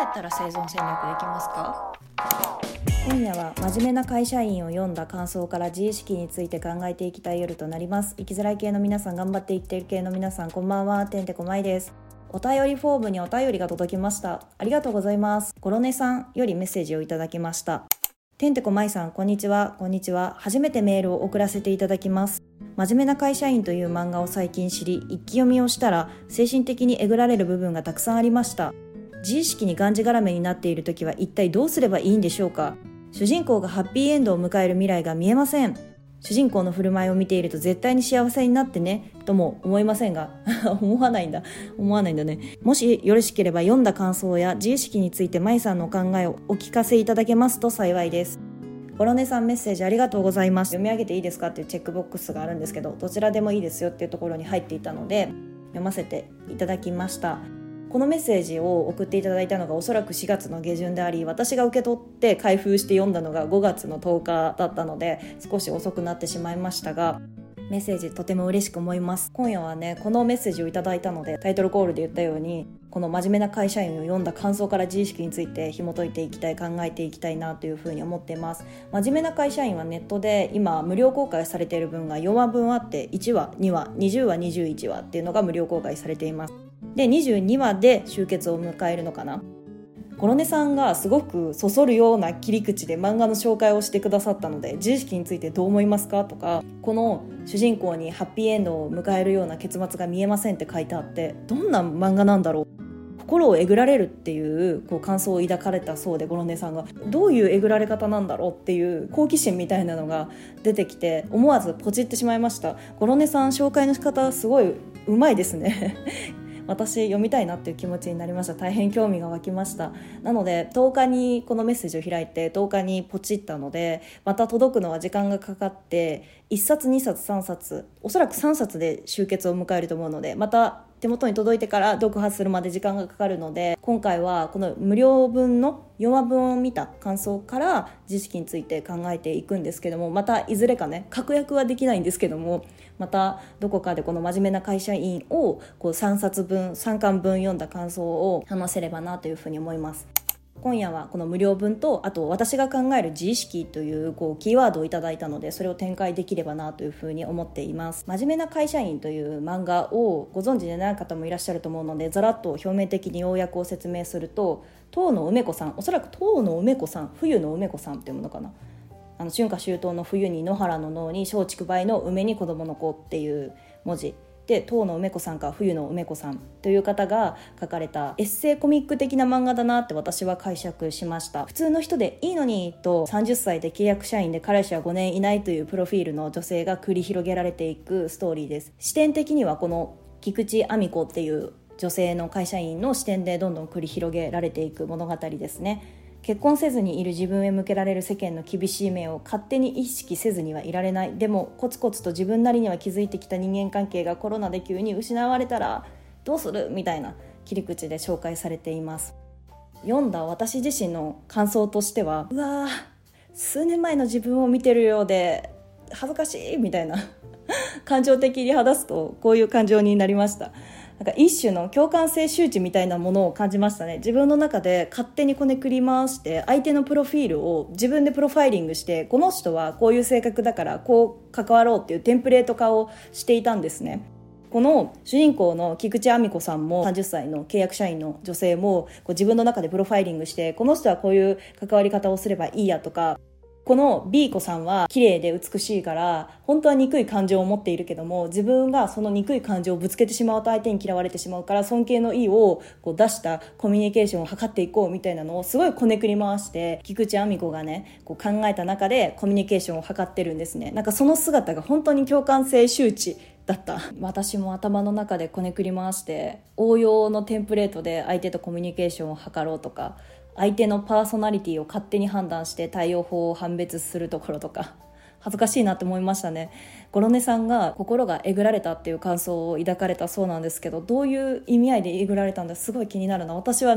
やったら生存戦略できますか？ 今夜は真面目な会社員を読んだ感想から自意識について考えていきたい夜となります。生きづらい系の皆さん、頑張って生きている系の皆さん、こんばんは。てんてこまいです。お便りフォームにお便りが届きました。ありがとうございます。コロネさんよりメッセージをいただきました。てんてこまいさん、こんにちは。こんにちは。初めてメールを送らせていただきます。真面目な会社員という漫画を最近知り、一気読みをしたら精神的にえぐられる部分がたくさんありました。自意識にがんじがらめになっているときは一体どうすればいいんでしょうか。主人公がハッピーエンドを迎える未来が見えません。主人公の振る舞いを見ていると絶対に幸せになってねとも思いませんが思わないんだね。もしよろしければ読んだ感想や自意識についてまいさんのお考えをお聞かせいただけますと幸いです。コロネさん、メッセージありがとうございます。読み上げていいですかっていうチェックボックスがあるんですけど、どちらでもいいですよっていうところに入っていたので読ませていただきました。このメッセージを送っていただいたのがおそらく4月の下旬であり、私が受け取って開封して読んだのが5月の10日だったので少し遅くなってしまいましたが、メッセージとても嬉しく思います。今夜はね、このメッセージをいただいたので、タイトルコールで言ったようにこの真面目な会社員を読んだ感想から自意識について紐解いていきたい、考えていきたいなというふうに思っています。真面目な会社員はネットで今無料公開されている分が4話分あって、1話、2話、20話、21話っていうのが無料公開されています。で、22話で終結を迎えるのかな。コロネさんがすごくそそるような切り口で漫画の紹介をしてくださったので、自意識についてどう思いますかとか、この主人公にハッピーエンドを迎えるような結末が見えませんって書いてあって、どんな漫画なんだろう、心をえぐられるっていう感想を抱かれたそうで、コロネさんがどういうえぐられ方なんだろうっていう好奇心みたいなのが出てきて、思わずポチってしまいました。コロネさん、紹介の仕方すごいうまいですね私読みたいなっていう気持ちになりました。大変興味が湧きました。なので10日にこのメッセージを開いて10日にポチったので、また届くのは時間がかかって、1冊2冊3冊、おそらく3冊で終結を迎えると思うので、また手元に届いてから読破するまで時間がかかるので、今回はこの無料分の4話分を見た感想から自意識について考えていくんですけども、またいずれかね、確約はできないんですけども、またどこかでこの真面目な会社員を3冊分3巻分読んだ感想を話せればなというふうに思います。今夜はこの無料分と、あと私が考える自意識というキーワードをいただいたので、それを展開できればなというふうに思っています。真面目な会社員という漫画をご存知でない方もいらっしゃると思うので、ざらっと表面的に要約を説明すると、当の梅子さん、おそらく当の梅子さん、冬の梅子さんっていうものかな、春夏秋冬の冬に野原の野に松竹梅の梅に子供の子っていう文字で、当の梅子さんか冬の梅子さんという方が書かれたエッセイコミック的な漫画だなって私は解釈しました。普通の人でいいのにと、30歳で契約社員で彼氏は5年いないというプロフィールの女性が繰り広げられていくストーリーです。視点的にはこの菊池亜美子っていう女性の会社員の視点でどんどん繰り広げられていく物語ですね。結婚せずにいる自分へ向けられる世間の厳しい目を勝手に意識せずにはいられない。でもコツコツと自分なりには築いてきた人間関係がコロナで急に失われたらどうするみたいな切り口で紹介されています。読んだ私自身の感想としては、うわー、数年前の自分を見てるようで恥ずかしいみたいな感情的に話すとこういう感情になりました。なんか一種の共感性周知みたいなものを感じましたね。自分の中で勝手にこねくり回して相手のプロフィールを自分でプロファイリングして、この人はこういう性格だからこう関わろうっていうテンプレート化をしていたんですね。この主人公の菊池亜美子さんも30歳の契約社員の女性も自分の中でプロファイリングして、この人はこういう関わり方をすればいいやとか、この B 子さんは綺麗で美しいから本当は憎い感情を持っているけども、自分がその憎い感情をぶつけてしまうと相手に嫌われてしまうから、尊敬の意を出したコミュニケーションを図っていこうみたいなのをすごいこねくり回して菊池亜美子がね考えた中でコミュニケーションを図ってるんですね。なんかその姿が本当に共感性周知だった。私も頭の中でこねくり回して応用のテンプレートで相手とコミュニケーションを図ろうとか、相手のパーソナリティを勝手に判断して対応法を判別するところとか、恥ずかしいなって思いましたね。ゴロネさんが心がえぐられたっていう感想を抱かれたそうなんですけど、どういう意味合いでえぐられたんだ、すごい気になるな。私はね、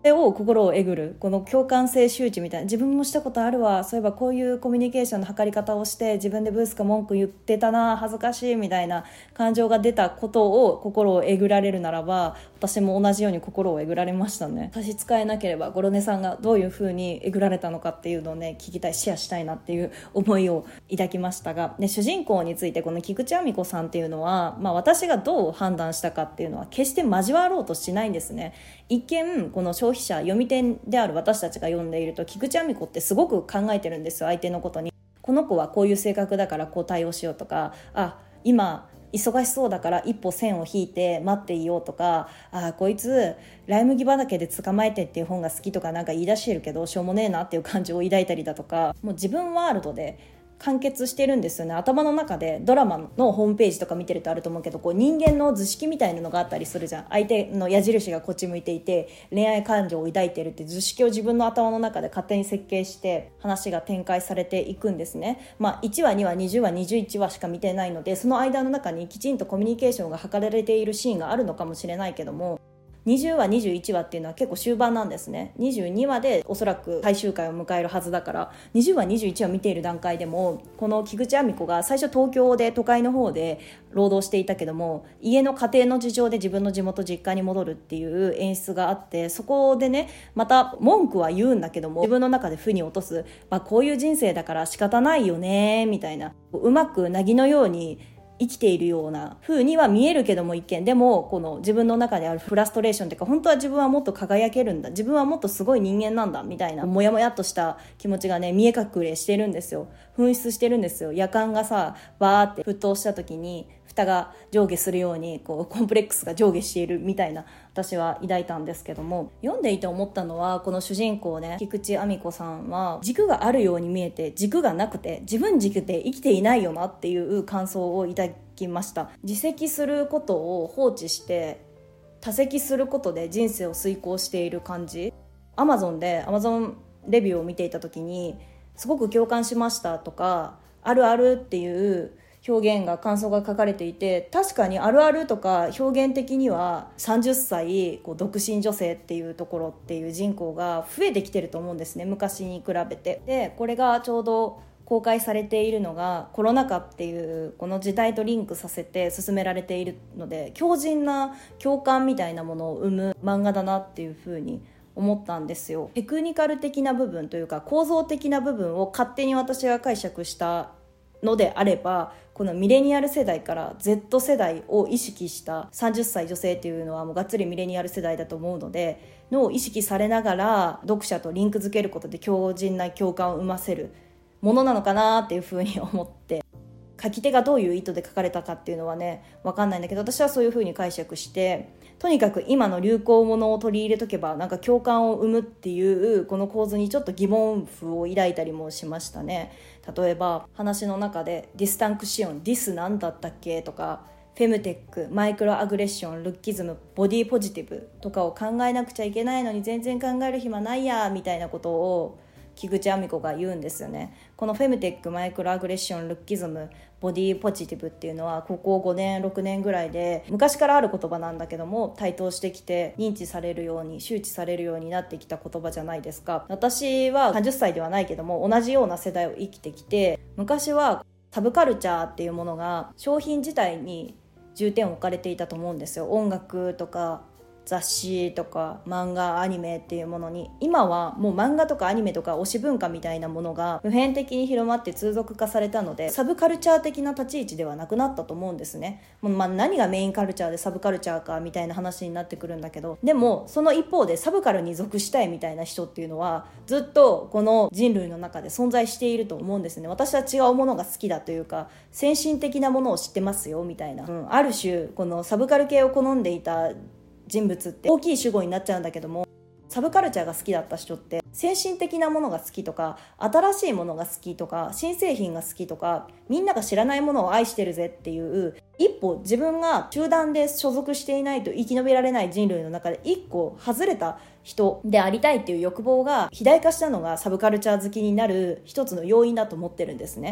れを心をえぐるこの共感性周知みたいな、自分もしたことあるわ、そういえばこういうコミュニケーションの図り方をして自分でブースか文句言ってたな、恥ずかしいみたいな感情が出たことを心をえぐられるならば、私も同じように心をえぐられましたね。差し支えなければゴロネさんがどういう風にえぐられたのかっていうのをね聞きたい、シェアしたいなっていう思いを抱きましたが、で主人公についてこの菊池亜美子さんっていうのは、私がどう判断したかっていうのは決して交わろうとしないんですね。一見この消費者読み手である私たちが読んでいると、菊池亜美子ってすごく考えてるんですよ、相手のことに。この子はこういう性格だからこう対応しようとか、今忙しそうだから一歩線を引いて待っていようとか、こいつライ麦畑で捕まえてっていう本が好きとかなんか言い出してるけどしょうもねえなっていう感情を抱いたりだとか、もう自分ワールドで完結してるんですよね。頭の中でドラマのホームページとか見てるとあると思うけど、こう人間の図式みたいなのがあったりするじゃん。相手の矢印がこっち向いていて恋愛感情を抱いてるって図式を自分の頭の中で勝手に設計して話が展開されていくんですね。1話2話20話21話しか見てないので、その間の中にきちんとコミュニケーションが図られているシーンがあるのかもしれないけども、20話21話っていうのは結構終盤なんですね。22話でおそらく最終回を迎えるはずだから、20話21話見ている段階でもこの菊池亜美子が最初東京で都会の方で労働していたけども、家の家庭の事情で自分の地元実家に戻るっていう演出があって、そこでねまた文句は言うんだけども自分の中で負に落とす、こういう人生だから仕方ないよねみたいな、うまくなぎのように生きているような風には見えるけども、一見でもこの自分の中であるフラストレーションというか、本当は自分はもっと輝けるんだ、自分はもっとすごい人間なんだみたいなモヤモヤっとした気持ちがね見え隠れしてるんですよ。噴出してるんですよ。夜間がさバーって沸騰した時に蓋が上下するようにこうコンプレックスが上下しているみたいな私は抱いたんですけども、読んでいて思ったのはこの主人公ね菊池亜美子さんは軸があるように見えて軸がなくて自分軸で生きていないよなっていう感想を抱きました。自責することを放置して多責することで人生を遂行している感じ。 Amazon で Amazon レビューを見ていた時にすごく共感しましたとかあるあるっていう表現が感想が書かれていて、確かにあるあるとか表現的には30歳独身女性っていうところっていう人口が増えてきてると思うんですね、昔に比べて。でこれがちょうど公開されているのがコロナ禍っていうこの時代とリンクさせて進められているので、強靭な共感みたいなものを生む漫画だなっていう風に思ったんですよ。テクニカル的な部分というか構造的な部分を勝手に私が解釈したのであれば、このミレニアル世代から Z 世代を意識した30歳女性っていうのはもうがっつりミレニアル世代だと思うのでのを意識されながら読者とリンク付けることで強靭な共感を生ませるものなのかなっていうふうに思って、書き手がどういう意図で書かれたかっていうのはね分かんないんだけど、私はそういうふうに解釈して、とにかく今の流行ものを取り入れとけばなんか共感を生むっていうこの構図にちょっと疑問符を抱いたりもしましたね。例えば話の中でディスタンクシオン、ディスなんだったっけとか、フェムテック、マイクロアグレッション、ルッキズム、ボディポジティブとかを考えなくちゃいけないのに全然考える暇ないやみたいなことを菊池亜美子が言うんですよね。このフェムテック、マイクロアグレッション、ルッキズム、ボディポジティブっていうのはここ5年6年ぐらいで昔からある言葉なんだけども、台頭してきて認知されるように周知されるようになってきた言葉じゃないですか。私は30歳ではないけども同じような世代を生きてきて、昔はサブカルチャーっていうものが商品自体に重点を置かれていたと思うんですよ。音楽とか雑誌とか漫画アニメっていうものに。今はもう漫画とかアニメとか推し文化みたいなものが普遍的に広まって通俗化されたので、サブカルチャー的な立ち位置ではなくなったと思うんですね。何がメインカルチャーでサブカルチャーかみたいな話になってくるんだけど、でもその一方でサブカルに属したいみたいな人っていうのはずっとこの人類の中で存在していると思うんですね。私は違うものが好きだというか先進的なものを知ってますよみたいな、ある種このサブカル系を好んでいた人物って大きい主語になっちゃうんだけども、サブカルチャーが好きだった人って先進的なものが好きとか新しいものが好きとか新製品が好きとかみんなが知らないものを愛してるぜっていう一歩自分が集団で所属していないと生き延びられない人類の中で一個外れた人でありたいっていう欲望が肥大化したのがサブカルチャー好きになる一つの要因だと思ってるんですね。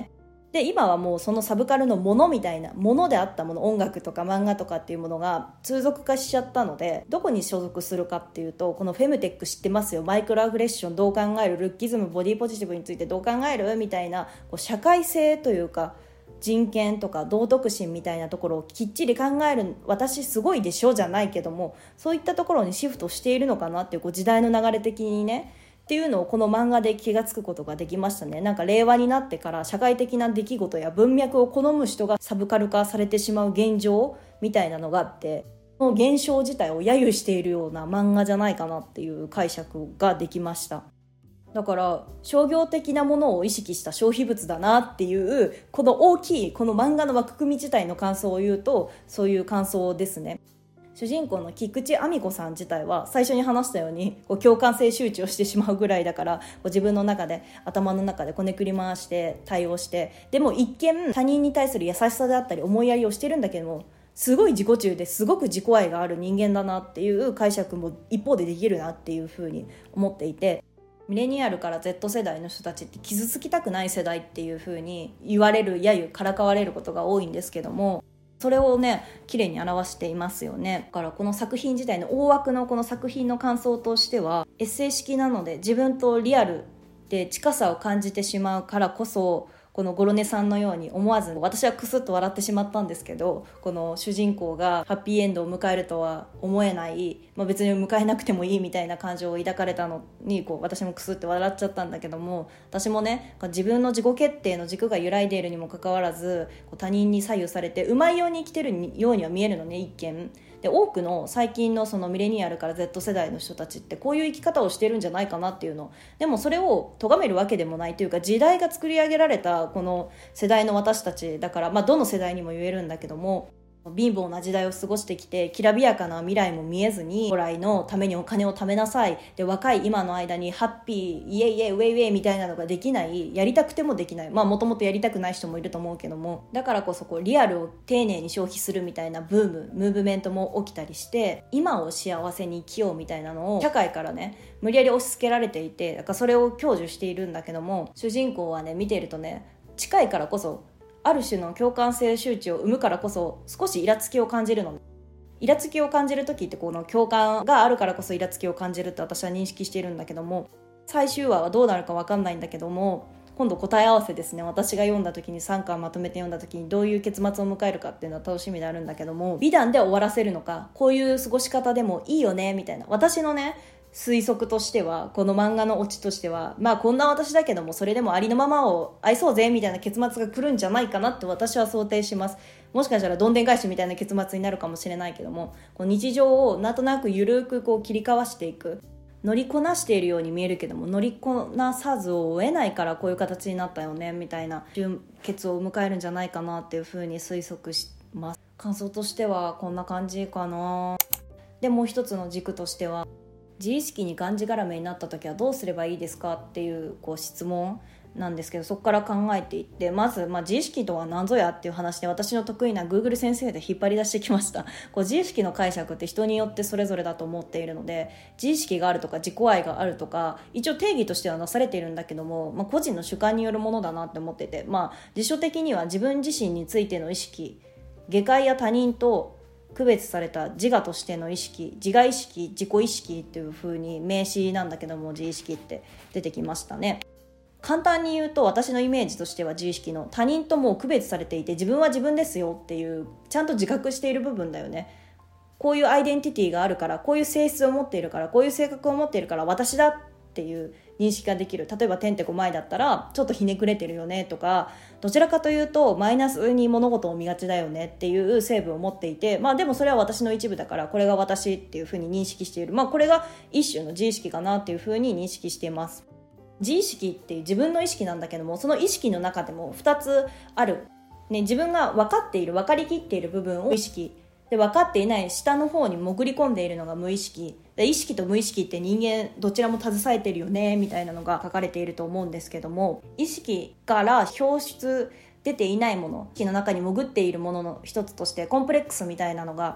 で今はもうそのサブカルのものみたいなものであったもの、音楽とか漫画とかっていうものが通俗化しちゃったので、どこに所属するかっていうと、このフェムテック知ってますよ、マイクロアグレッションどう考える、ルッキズム、ボディポジティブについてどう考えるみたいな、こう社会性というか人権とか道徳心みたいなところをきっちり考える、私すごいでしょじゃないけども、そういったところにシフトしているのかなっていう、こう時代の流れ的にねっていうのをこの漫画で気がつくことができましたね。なんか令和になってから社会的な出来事や文脈を好む人がサブカル化されてしまう現状みたいなのがあって、この現象自体を揶揄しているような漫画じゃないかなっていう解釈ができました。だから商業的なものを意識した消費物だなっていう、この大きいこの漫画の枠組み自体の感想を言うとそういう感想ですね。主人公の菊池亜美子さん自体は最初に話したようにこう共感性周知をしてしまうぐらいだから、こう自分の中で頭の中でこねくり回して対応して、でも一見他人に対する優しさであったり思いやりをしてるんだけども、すごい自己中ですごく自己愛がある人間だなっていう解釈も一方でできるなっていうふうに思っていて、ミレニアルから Z 世代の人たちって傷つきたくない世代っていう風に言われる、揶揄からかわれることが多いんですけども、それをね綺麗に表していますよね。だからこの作品自体の大枠のこの作品の感想としては、エッセイ式なので自分とリアルで近さを感じてしまうからこそ、このゴロネさんのように思わず私はクスッと笑ってしまったんですけど、この主人公がハッピーエンドを迎えるとは思えない、別に迎えなくてもいいみたいな感情を抱かれたのに私もクスッと笑っちゃったんだけども、私もね自分の自己決定の軸が揺らいでいるにもかかわらず他人に左右されてうまいように生きてるようには見えるのね、一見で。多くの最近のそのミレニアルから Z 世代の人たちってこういう生き方をしてるんじゃないかなっていうの。でもそれを咎めるわけでもないというか、時代が作り上げられたこの世代の私たちだから、どの世代にも言えるんだけども、貧乏な時代を過ごしてきてきらびやかな未来も見えずに、将来のためにお金を貯めなさいで、若い今の間にハッピーイエイイエイウェイウェイみたいなのができない、やりたくてもできない、もともとやりたくない人もいると思うけども、だからこそリアルを丁寧に消費するみたいなムーブメントも起きたりして、今を幸せに生きようみたいなのを社会からね無理やり押し付けられていて、だからそれを享受しているんだけども、主人公はね見ているとね、近いからこそある種の共感性周知を生むからこそ少しイラつきを感じるの。イラつきを感じる時ってこの共感があるからこそイラつきを感じるって私は認識しているんだけども、最終話はどうなるか分かんないんだけども、今度答え合わせですね。私が読んだ時に3巻まとめて読んだ時にどういう結末を迎えるかっていうのは楽しみであるんだけども、美談で終わらせるのか、こういう過ごし方でもいいよねみたいな、私のね推測としては、この漫画のオチとしては、こんな私だけどもそれでもありのままを愛そうぜみたいな結末が来るんじゃないかなって私は想定します。もしかしたらどんでん返しみたいな結末になるかもしれないけども、こう日常をなんとなくゆるく切り交わしていく、乗りこなしているように見えるけども乗りこなさずを得ないからこういう形になったよねみたいな終結を迎えるんじゃないかなっていう風に推測します。感想としてはこんな感じかな。でもう一つの軸としては、自意識にがんじがらめになった時はどうすればいいですかっていう質問なんですけど、そこから考えていって、まず、自意識とは何ぞやっていう話で、私の得意な Google 先生で引っ張り出してきました。自意識の解釈って人によってそれぞれだと思っているので、自意識があるとか自己愛があるとか一応定義としてはなされているんだけども、個人の主観によるものだなって思ってて、辞書的には自分自身についての意識、外界や他人と区別された自我としての意識、自我意識、自己意識っていう風に名詞なんだけども、自意識って出てきましたね。簡単に言うと、私のイメージとしては自意識の他人とも区別されていて、自分は自分ですよっていうちゃんと自覚している部分だよね。こういうアイデンティティがあるから、こういう性質を持っているから、こういう性格を持っているから私だっていう認識ができる。例えばてんてこまいだったらちょっとひねくれてるよねとか、どちらかというとマイナスに物事を見がちだよねっていう成分を持っていて、でもそれは私の一部だからこれが私っていうふうに認識している。これが一種の自意識かなっていうふうに認識しています。自意識っていう自分の意識なんだけども、その意識の中でも2つある、自分が分かっている、分かりきっている部分を意識で、分かっていない下の方に潜り込んでいるのが無意識で、意識と無意識って人間どちらも携えてるよねみたいなのが書かれていると思うんですけども、意識から表出出ていないもの、意識の中に潜っているものの一つとしてコンプレックスみたいなのが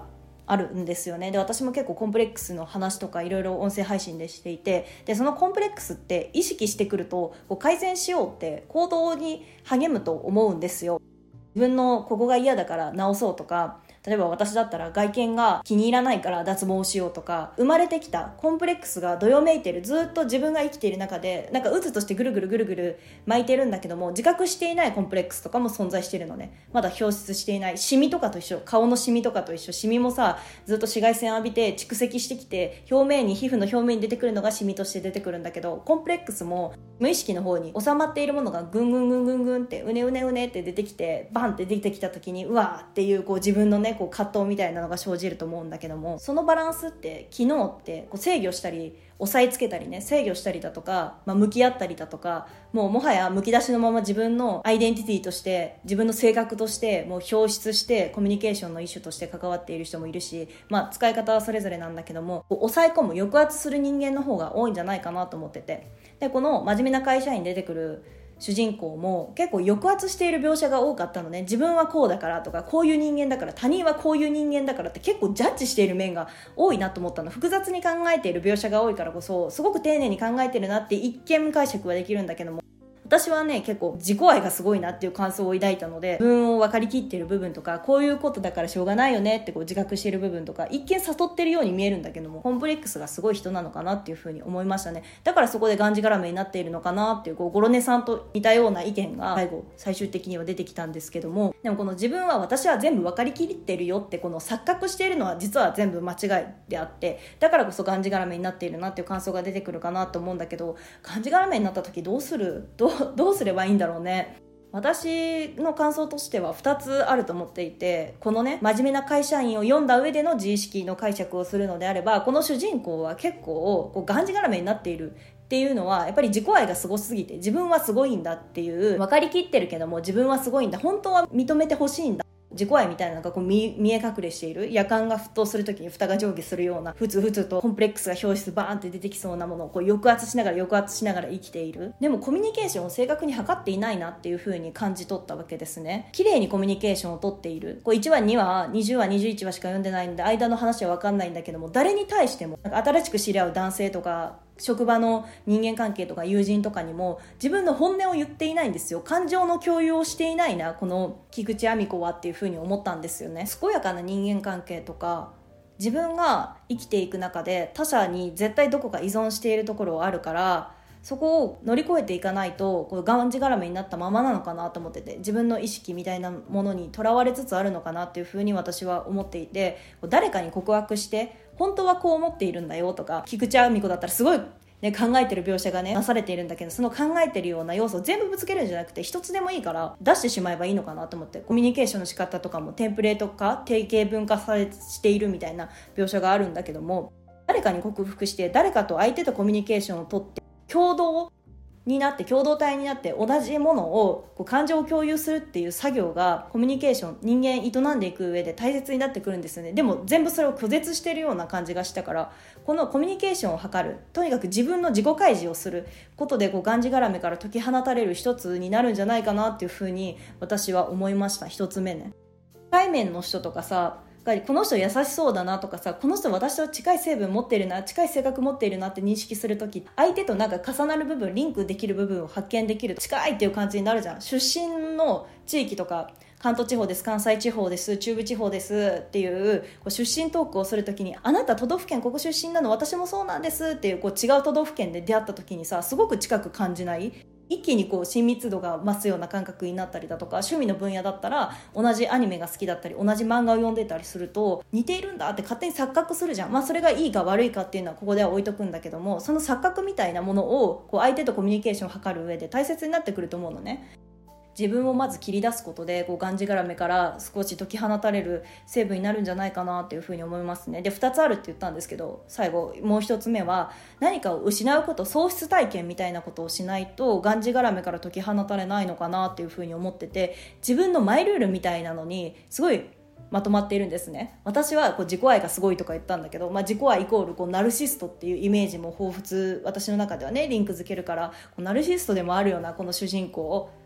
あるんですよね。で、私も結構コンプレックスの話とかいろいろ音声配信でしていて、でそのコンプレックスって意識してくると改善しようって行動に励むと思うんですよ。自分のここが嫌だから直そうとか、例えば私だったら外見が気に入らないから脱毛しようとか、生まれてきたコンプレックスがどよめいてる、ずっと自分が生きている中でなんか渦としてぐるぐるぐるぐる巻いてるんだけども、自覚していないコンプレックスとかも存在しているのね。まだ表出していないシミとかと一緒、顔のシミとかと一緒。シミもさ、ずっと紫外線浴びて蓄積してきて、皮膚の表面に出てくるのがシミとして出てくるんだけど、コンプレックスも無意識の方に収まっているものがぐんぐんぐんぐんぐんってうねうねうねって出てきて、バンって出てきた時にうわーっていう自分のね葛藤みたいなのが生じると思うんだけども、そのバランスって機能って制御したり押さえつけたりね、制御したりだとか、向き合ったりだとか、もはやむき出しのまま自分のアイデンティティとして自分の性格としてもう表出してコミュニケーションの一種として関わっている人もいるし、使い方はそれぞれなんだけども、抑え込む抑圧する人間の方が多いんじゃないかなと思ってて、でこの真面目な会社員に出てくる主人公も結構抑圧している描写が多かったのね。自分はこうだからとか、こういう人間だから、他人はこういう人間だからって結構ジャッジしている面が多いなと思ったの。複雑に考えている描写が多いからこそ、すごく丁寧に考えてるなって一見解釈はできるんだけども、私はね結構自己愛がすごいなっていう感想を抱いたので、自分を分かりきっている部分とか、こういうことだからしょうがないよねって自覚している部分とか、一見悟ってるように見えるんだけども、コンプレックスがすごい人なのかなっていうふうに思いましたね。だからそこでがんじがらめになっているのかなっていう、ゴロネさんと似たような意見が最終的には出てきたんですけども、でもこの自分は私は全部分かりきってるよって錯覚しているのは実は全部間違いであって、だからこそがんじがらめになっているなっていう感想が出てくるかなと思うんだけど、がんじがらめになった時どうすればいいんだろうね。私の感想としては2つあると思っていて、このね真面目な会社員を読んだ上での自意識の解釈をするのであれば、この主人公は結構がんじがらめになっているっていうのは、やっぱり自己愛がすごすぎて、自分はすごいんだっていう、分かりきってるけども自分はすごいんだ、本当は認めてほしいんだ、自己愛みたいなのが見え隠れしている、夜間が沸騰するときに蓋が上下するような、ふつふつとコンプレックスが表出バーンって出てきそうなものを抑圧しながら生きている。でもコミュニケーションを正確に図っていないなっていう風に感じ取ったわけですね。綺麗にコミュニケーションを取っている。1話2話20話21話しか読んでないんで間の話は分かんないんだけども、誰に対しても新しく知り合う男性とか職場の人間関係とか友人とかにも自分の本音を言っていないんですよ。感情の共有をしていないな、この菊池亜美子はっていう風に思ったんですよね。健やかな人間関係とか、自分が生きていく中で他者に絶対どこか依存しているところはあるから、そこを乗り越えていかないとがんじがらめになったままなのかなと思ってて、自分の意識みたいなものにとらわれつつあるのかなっていう風に私は思っていて、誰かに告白して本当はこう思っているんだよとか、菊池亜美子だったらすごい考えてる描写がなされているんだけど、その考えてるような要素を全部ぶつけるんじゃなくて、一つでもいいから出してしまえばいいのかなと思って、コミュニケーションの仕方とかもテンプレート化、定型文化しているみたいな描写があるんだけども、誰かに克服して誰かと相手とコミュニケーションをとって共同体になって同じものを感情を共有するっていう作業がコミュニケーション、人間営んでいく上で大切になってくるんですよね。でも全部それを拒絶しているような感じがしたから、このコミュニケーションを図る、とにかく自分の自己開示をすることでがんじがらめから解き放たれる一つになるんじゃないかなっていうふうに私は思いました。一つ目ね、対面の人とかさ、この人優しそうだなとかさ、この人私と近い成分持っているな、近い性格持っているなって認識するとき、相手と重なる部分、リンクできる部分を発見できる、近いっていう感じになるじゃん。出身の地域とか、関東地方です、関西地方です、中部地方ですっていう出身トークをするときに、あなた都道府県ここ出身なの、私もそうなんですっていう違う都道府県で出会ったときにさ、すごく近く感じない？一気に親密度が増すような感覚になったりだとか、趣味の分野だったら同じアニメが好きだったり同じ漫画を読んでたりすると似ているんだって勝手に錯覚するじゃん。それがいいか悪いかっていうのはここでは置いとくんだけども、その錯覚みたいなものを相手とコミュニケーションを図る上で大切になってくると思うのね。自分をまず切り出すことでがんじがらめから少し解き放たれる成分になるんじゃないかなっていうふうに思いますね。で、2つあるって言ったんですけど、最後もう1つ目は、何かを失うこと、喪失体験みたいなことをしないとがんじがらめから解き放たれないのかなっていうふうに思ってて、自分のマイルールみたいなのにすごいまとまっているんですね。私は自己愛がすごいとか言ったんだけど、自己愛イコールナルシストっていうイメージも彷彿私の中ではねリンクづけるから、ナルシストでもあるようなこの主人公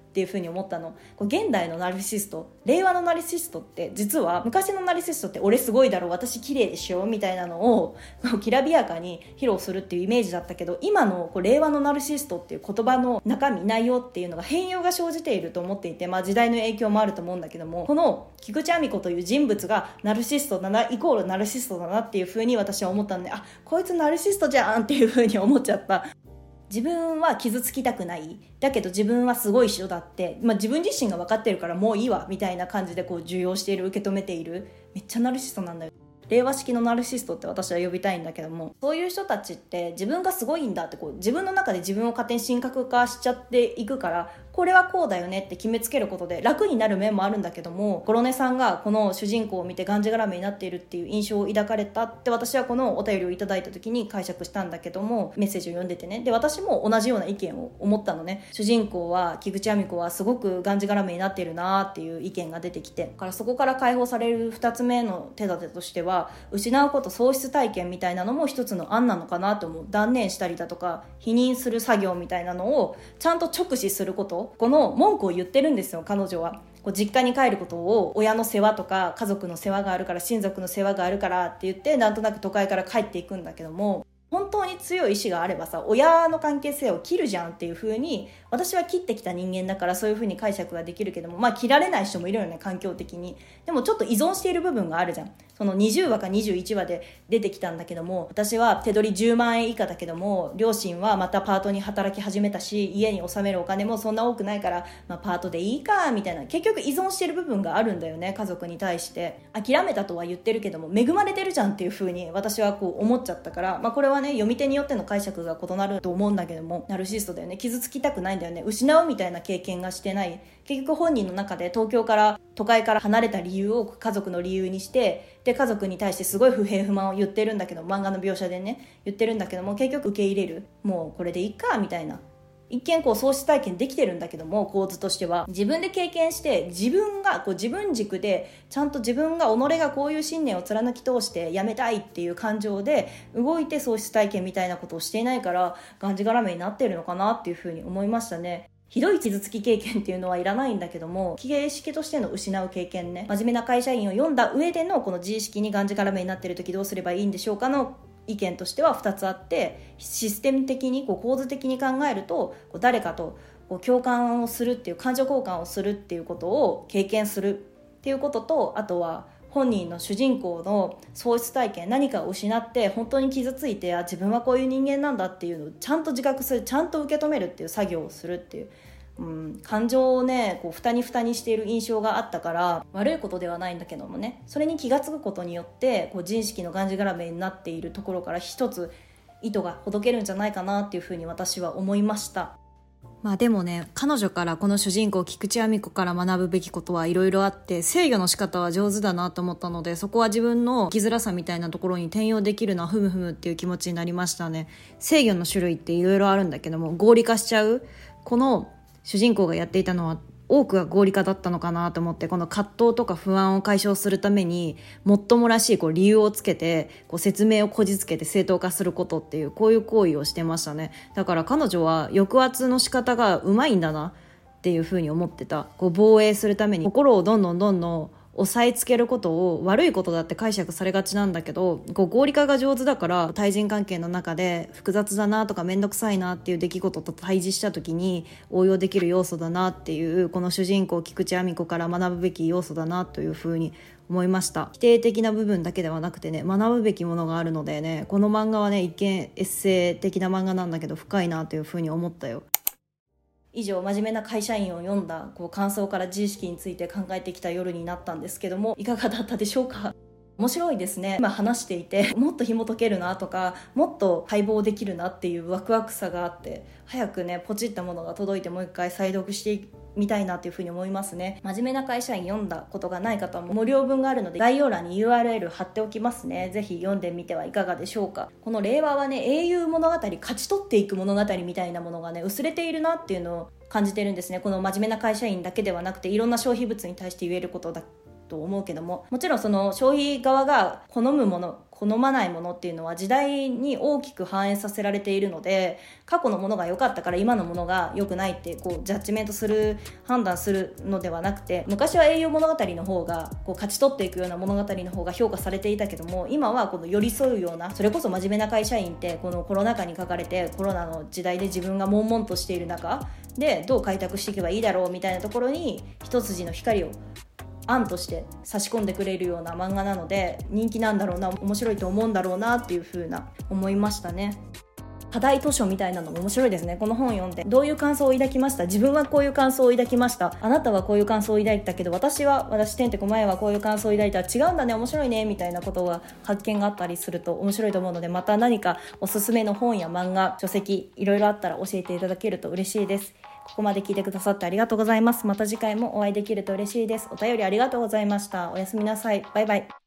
っていう風に思ったの。現代のナルシスト、令和のナルシストって実は昔のナルシストって俺すごいだろ、私綺麗でしょみたいなのをきらびやかに披露するっていうイメージだったけど、今の令和のナルシストっていう言葉の中身内容っていうのが変容が生じていると思っていて、時代の影響もあると思うんだけども、この菊池亜美子という人物がナルシストだなイコールナルシストだなっていう風に私は思ったんで、こいつナルシストじゃんっていう風に思っちゃった。自分は傷つきたくない、だけど自分はすごい人だって、自分自身が分かってるからもういいわみたいな感じで受容している、受け止めている、めっちゃナルシストなんだよ。令和式のナルシストって私は呼びたいんだけども、そういう人たちって自分がすごいんだって自分の中で自分を勝手に神格化しちゃっていくから、これはこうだよねって決めつけることで楽になる面もあるんだけども、コロネさんがこの主人公を見てがんじがらめになっているっていう印象を抱かれたって私はこのお便りをいただいた時に解釈したんだけども、メッセージを読んでてね、で私も同じような意見を思ったのね。主人公は菊池亜美子はすごくがんじがらめになっているなっていう意見が出てきて、だからそこから解放される2つ目の手立てとしては、失うこと喪失体験みたいなのも一つの案なのかなと思う。断念したりだとか否認する作業みたいなのをちゃんと直視すること、この文句を言ってるんですよ彼女は。実家に帰ることを親の世話とか家族の世話があるから、親族の世話があるからって言ってなんとなく都会から帰っていくんだけども、本当に強い意志があればさ、親の関係性を切るじゃんっていう風に私は切ってきた人間だからそういう風に解釈ができるけども、切られない人もいるよね、環境的に。でもちょっと依存している部分があるじゃん。その20話か21話で出てきたんだけども、私は手取り10万円以下だけども両親はまたパートに働き始めたし、家に納めるお金もそんな多くないから、パートでいいかみたいな、結局依存している部分があるんだよね、家族に対して。諦めたとは言ってるけども恵まれてるじゃんっていう風に私は思っちゃったから、これはね読み手によっての解釈が異なると思うんだけども、ナルシストだよね。傷つきたくないんだよね。失うみたいな経験がしてない。結局本人の中で東京から都会から離れた理由を家族の理由にして、で家族に対してすごい不平不満を言ってるんだけど、漫画の描写でね言ってるんだけども、結局受け入れる、もうこれでいいかみたいな。一見喪失体験できてるんだけども、構図としては自分で経験して自分が自分軸でちゃんと自分が己がこういう信念を貫き通してやめたいっていう感情で動いて喪失体験みたいなことをしていないから、がんじがらめになってるのかなっていうふうに思いましたね。ひどい傷つき経験っていうのはいらないんだけども、形式としての失う経験ね、真面目な会社員を読んだ上でのこの自意識にがんじがらめになってる時どうすればいいんでしょうかの意見としては2つあって、システム的に構図的に考えると誰かと共感をするっていう、感情交換をするっていうことを経験するっていうことと、あとは本人の主人公の喪失体験、何かを失って本当に傷ついて、自分はこういう人間なんだっていうのをちゃんと自覚する、ちゃんと受け止めるっていう作業をするっていう、感情をね蓋にしている印象があったから、悪いことではないんだけどもね、それに気がつくことによって自意識のがんじがらめになっているところから一つ糸がほどけるんじゃないかなっていうふうに私は思いました。 でもね、彼女からこの主人公菊池亜美子から学ぶべきことはいろいろあって、制御の仕方は上手だなと思ったので、そこは自分の生きづらさみたいなところに転用できるのはふむふむっていう気持ちになりましたね。制御の種類っていろいろあるんだけども、合理化しちゃう、この主人公がやっていたのは多くが合理化だったのかなと思って、この葛藤とか不安を解消するためにもっともらしい理由をつけて説明をこじつけて正当化することっていう、こういう行為をしてましたね。だから彼女は抑圧の仕方がうまいんだなっていうふうに思ってた。防衛するために心をどんどん押さえつけることを悪いことだって解釈されがちなんだけど、合理化が上手だから対人関係の中で複雑だなとかめんどくさいなっていう出来事と対峙した時に応用できる要素だなっていう、この主人公菊池亜美子から学ぶべき要素だなというふうに思いました。否定的な部分だけではなくてね、学ぶべきものがあるのでね、この漫画はね一見エッセイ的な漫画なんだけど深いなというふうに思ったよ。 以上、真面目な会社員を読んだ感想から自意識について考えてきた夜になったんですけども、いかがだったでしょうか。面白いですね。今話していてもっと紐解けるなとか、もっと解剖できるなっていうワクワクさがあって、早くねポチったものが届いてもう一回再読してみたいなというふうに思いますね。真面目な会社員読んだことがない方も無料文があるので概要欄に URL 貼っておきますね。ぜひ読んでみてはいかがでしょうか。この令和はね、英雄物語、勝ち取っていく物語みたいなものがね薄れているなっていうのを感じてるんですね。この真面目な会社員だけではなくて、いろんな消費物に対して言えることだと思うけども、もちろんその消費側が好むもの好まないものっていうのは時代に大きく反映させられているので、過去のものが良かったから今のものが良くないってこうジャッジメントする判断するのではなくて、昔は英雄物語の方がこう勝ち取っていくような物語の方が評価されていたけども、今はこの寄り添うような、それこそ真面目な会社員ってこのコロナ禍に書かれて、コロナの時代で自分が悶々としている中でどう開拓していけばいいだろうみたいなところに一筋の光を案として差し込んでくれるような漫画なので、人気なんだろうな、面白いと思うんだろうなっていう風な思いましたね。課題図書みたいなのも面白いですね。この本読んでどういう感想を抱きました、自分はこういう感想を抱きました、あなたはこういう感想を抱いたけど私てんてこまえはこういう感想を抱いた、違うんだね、面白いねみたいなことが発見があったりすると面白いと思うので、また何かおすすめの本や漫画、書籍いろいろあったら教えていただけると嬉しいです。ここまで聞いてくださってありがとうございます。また次回もお会いできると嬉しいです。お便りありがとうございました。おやすみなさい。バイバイ。